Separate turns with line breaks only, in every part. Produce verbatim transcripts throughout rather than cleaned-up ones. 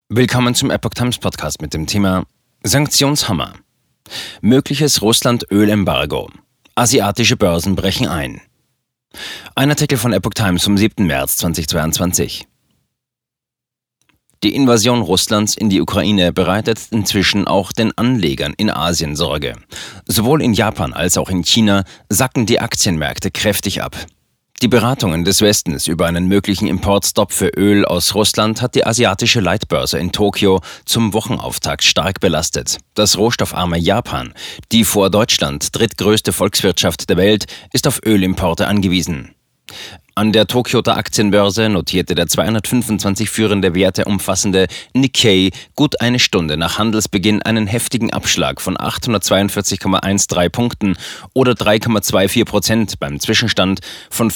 Willkommen zum Epoch Times Podcast mit dem Thema Sanktionshammer. Mögliches Russland-Ölembargo. Asiatische Börsen brechen ein. Ein Artikel von Epoch Times vom siebten März zweitausendzweiundzwanzig. Die Invasion Russlands in die Ukraine bereitet inzwischen auch den Anlegern in Asien Sorge. Sowohl in Japan als auch in China sacken die Aktienmärkte kräftig ab. Die Beratungen des Westens über einen möglichen Importstopp für Öl aus Russland hat die asiatische Leitbörse in Tokio zum Wochenauftakt stark belastet. Das rohstoffarme Japan, die vor Deutschland drittgrößte Volkswirtschaft der Welt, ist auf Ölimporte angewiesen. An der Tokioter Aktienbörse notierte der zweihundertfünfundzwanzig führende Werte umfassende Nikkei gut eine Stunde nach Handelsbeginn einen heftigen Abschlag von achthundertzweiundvierzig Komma dreizehn Punkten oder drei Komma vierundzwanzig Prozent beim Zwischenstand von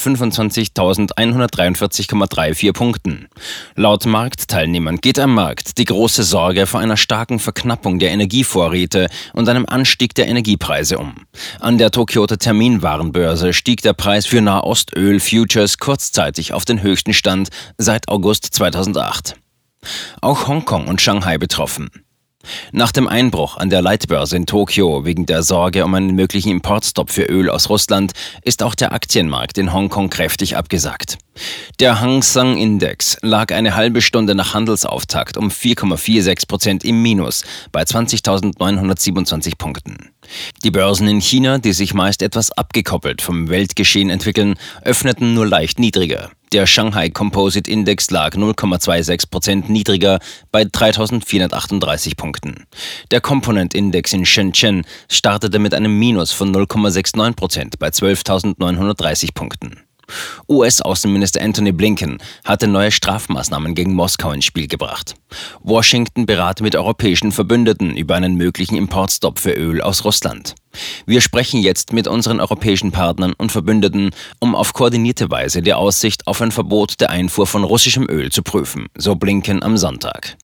fünfundzwanzigtausendeinhundertdreiundvierzig Komma vierunddreißig Punkten. Laut Marktteilnehmern geht am Markt die große Sorge vor einer starken Verknappung der Energievorräte und einem Anstieg der Energiepreise um. An der Tokioter Terminwarenbörse stieg der Preis für Nahostöl-Futures kurzzeitig auf den höchsten Stand seit August zweitausendacht. Auch Hongkong und Shanghai betroffen. Nach dem Einbruch an der Leitbörse in Tokio wegen der Sorge um einen möglichen Importstopp für Öl aus Russland ist auch der Aktienmarkt in Hongkong kräftig abgesackt. Der Hang Seng Index lag eine halbe Stunde nach Handelsauftakt um vier Komma sechsundvierzig Prozent im Minus bei zwanzigtausendneunhundertsiebenundzwanzig Punkten. Die Börsen in China, die sich meist etwas abgekoppelt vom Weltgeschehen entwickeln, öffneten nur leicht niedriger. Der Shanghai Composite Index lag null Komma sechsundzwanzig Prozent niedriger bei dreitausendvierhundertachtunddreißig Punkten. Der Component Index in Shenzhen startete mit einem Minus von null Komma neunundsechzig Prozent bei zwölftausendneunhundertdreißig Punkten. U S-Außenminister Antony Blinken hatte neue Strafmaßnahmen gegen Moskau ins Spiel gebracht. Washington berate mit europäischen Verbündeten über einen möglichen Importstopp für Öl aus Russland. Wir sprechen jetzt mit unseren europäischen Partnern und Verbündeten, um auf koordinierte Weise die Aussicht auf ein Verbot der Einfuhr von russischem Öl zu prüfen, so Blinken am Sonntag.